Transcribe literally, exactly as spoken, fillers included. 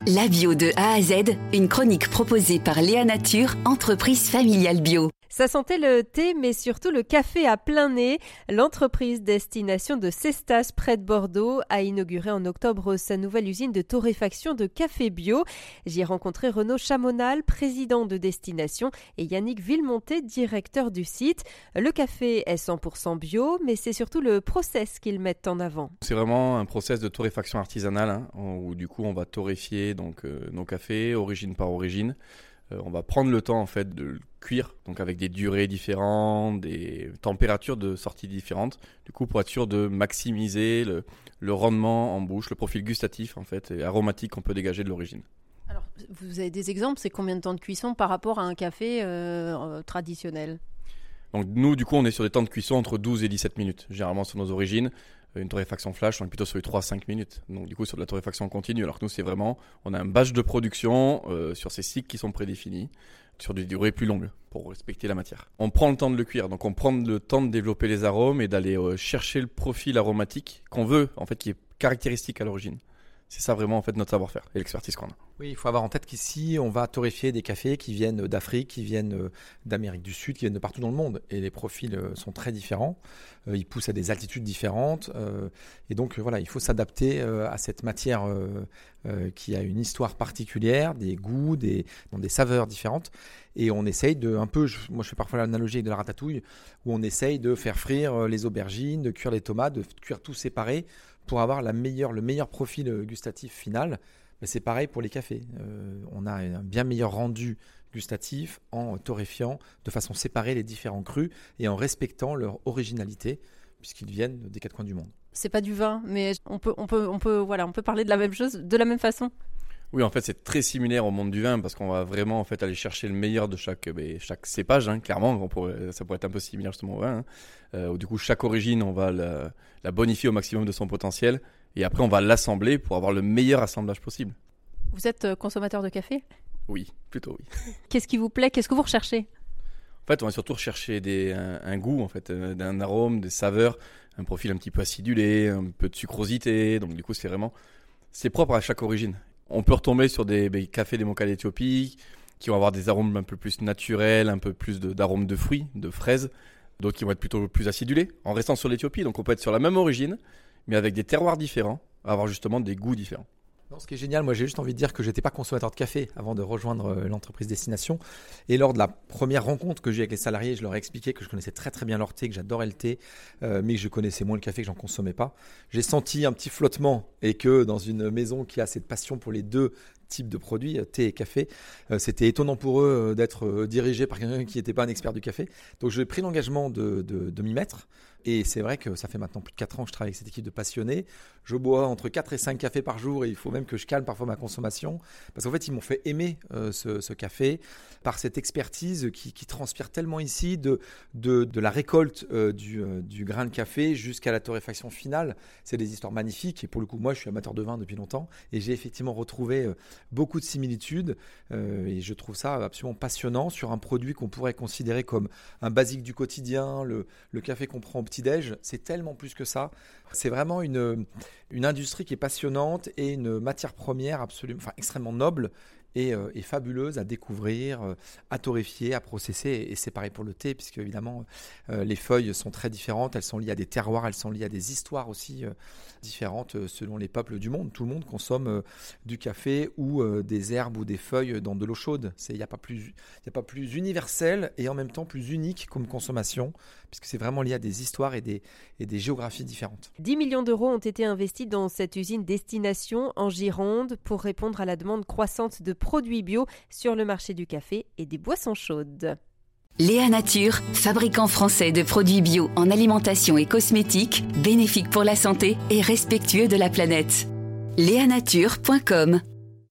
La bio de A à Z, une chronique proposée par Léa Nature, entreprise familiale bio. Ça sentait le thé, mais surtout le café à plein nez. L'entreprise destination de Cestas, près de Bordeaux, a inauguré en octobre sa nouvelle usine de torréfaction de café bio. J'y ai rencontré Renaud Chamonal, président de destination, et Yannick Villemonté, directeur du site. Le café est cent pour cent bio, mais c'est surtout le process qu'ils mettent en avant. C'est vraiment un process de torréfaction artisanale, hein, où du coup on va torréfier donc, euh, nos cafés, origine par origine. On va prendre le temps en fait de le cuire, donc avec des durées différentes, des températures de sortie différentes, du coup pour être sûr de maximiser le, le rendement en bouche, le profil gustatif en fait et aromatique qu'on peut dégager de l'origine. Alors, vous avez des exemples, c'est combien de temps de cuisson par rapport à un café euh, traditionnel ? Donc nous du coup on est sur des temps de cuisson entre douze et dix-sept minutes, généralement sur nos origines. Une torréfaction flash, on est plutôt sur les trois à cinq minutes. Donc du coup sur de la torréfaction continue, alors que nous c'est vraiment, on a un batch de production euh, sur ces cycles qui sont prédéfinis, sur des durées plus longues pour respecter la matière. On prend le temps de le cuire, donc on prend le temps de développer les arômes et d'aller euh, chercher le profil aromatique qu'on veut, en fait qui est caractéristique à l'origine. C'est ça vraiment en fait notre savoir-faire et l'expertise qu'on a. Oui, il faut avoir en tête qu'ici, on va torréfier des cafés qui viennent d'Afrique, qui viennent d'Amérique du Sud, qui viennent de partout dans le monde. Et les profils sont très différents. Ils poussent à des altitudes différentes. Et donc voilà, il faut s'adapter à cette matière qui a une histoire particulière, des goûts, des, des saveurs différentes. Et on essaye de, un peu, moi je fais parfois l'analogie avec de la ratatouille, où on essaye de faire frire les aubergines, de cuire les tomates, de cuire tout séparé, pour avoir la meilleure, le meilleur profil gustatif final. Mais c'est pareil pour les cafés. Euh, on a un bien meilleur rendu gustatif en torréfiant de façon séparée les différents crus et en respectant leur originalité, puisqu'ils viennent des quatre coins du monde. C'est pas du vin, mais on peut, on peut, on peut, voilà, on peut parler de la même chose, de la même façon. Oui, en fait, c'est très similaire au monde du vin parce qu'on va vraiment en fait aller chercher le meilleur de chaque, ben, chaque cépage. Hein, clairement, on pourrait, ça pourrait être un peu similaire justement au vin. Hein, euh, où du coup, chaque origine, on va la, la bonifier au maximum de son potentiel et après, on va l'assembler pour avoir le meilleur assemblage possible. Vous êtes consommateur de café ? Oui, plutôt oui. Qu'est-ce qui vous plaît ? Qu'est-ce que vous recherchez ? En fait, on va surtout rechercher des, un, un goût, en fait, d'un arôme, des saveurs, un profil un petit peu acidulé, un peu de sucrosité. Donc du coup, c'est vraiment, c'est propre à chaque origine. On peut retomber sur des, des cafés des Moka d'Éthiopie qui vont avoir des arômes un peu plus naturels, un peu plus de, d'arômes de fruits, de fraises, d'autres qui vont être plutôt plus acidulés en restant sur l'Éthiopie. Donc on peut être sur la même origine, mais avec des terroirs différents, avoir justement des goûts différents. Non, ce qui est génial, moi j'ai juste envie de dire que je n'étais pas consommateur de café avant de rejoindre euh, l'entreprise Destination. Et lors de la première rencontre que j'ai eu avec les salariés, je leur ai expliqué que je connaissais très très bien leur thé, que j'adorais le thé, euh, mais que je connaissais moins le café, que j'en consommais pas. J'ai senti un petit flottement et que dans une maison qui a cette passion pour les deux types de produits, thé et café, euh, c'était étonnant pour eux d'être euh, dirigés par quelqu'un qui n'était pas un expert du café. Donc j'ai pris l'engagement de, de, de m'y mettre. Et c'est vrai que ça fait maintenant plus de quatre ans que je travaille avec cette équipe de passionnés. Je bois entre quatre et cinq cafés par jour et il faut même que je calme parfois ma consommation. Parce qu'en fait, ils m'ont fait aimer euh, ce, ce café par cette expertise qui, qui transpire tellement ici de, de, de la récolte euh, du, euh, du grain de café jusqu'à la torréfaction finale. C'est des histoires magnifiques. Et pour le coup, moi, je suis amateur de vin depuis longtemps et j'ai effectivement retrouvé euh, beaucoup de similitudes. Euh, et je trouve ça absolument passionnant sur un produit qu'on pourrait considérer comme un basique du quotidien, le, le café qu'on prend au petit-déj, c'est tellement plus que ça. C'est vraiment une, une industrie qui est passionnante et une matière première absolument, enfin, extrêmement noble et, euh, et fabuleuse à découvrir, euh, à torréfier, à processer. Et c'est pareil pour le thé, puisque évidemment, euh, les feuilles sont très différentes. Elles sont liées à des terroirs, elles sont liées à des histoires aussi euh, différentes euh, selon les peuples du monde. Tout le monde consomme euh, du café ou euh, des herbes ou des feuilles dans de l'eau chaude. Il n'y a pas plus, il y a pas plus universel et en même temps plus unique comme consommation, puisque c'est vraiment lié à des histoires et des, et des géographies différentes. dix millions d'euros ont été investis dans cette usine Destination en Gironde pour répondre à la demande croissante de produits bio sur le marché du café et des boissons chaudes. Léa Nature, fabricant français de produits bio en alimentation et cosmétiques, bénéfiques pour la santé et respectueux de la planète. léa nature point com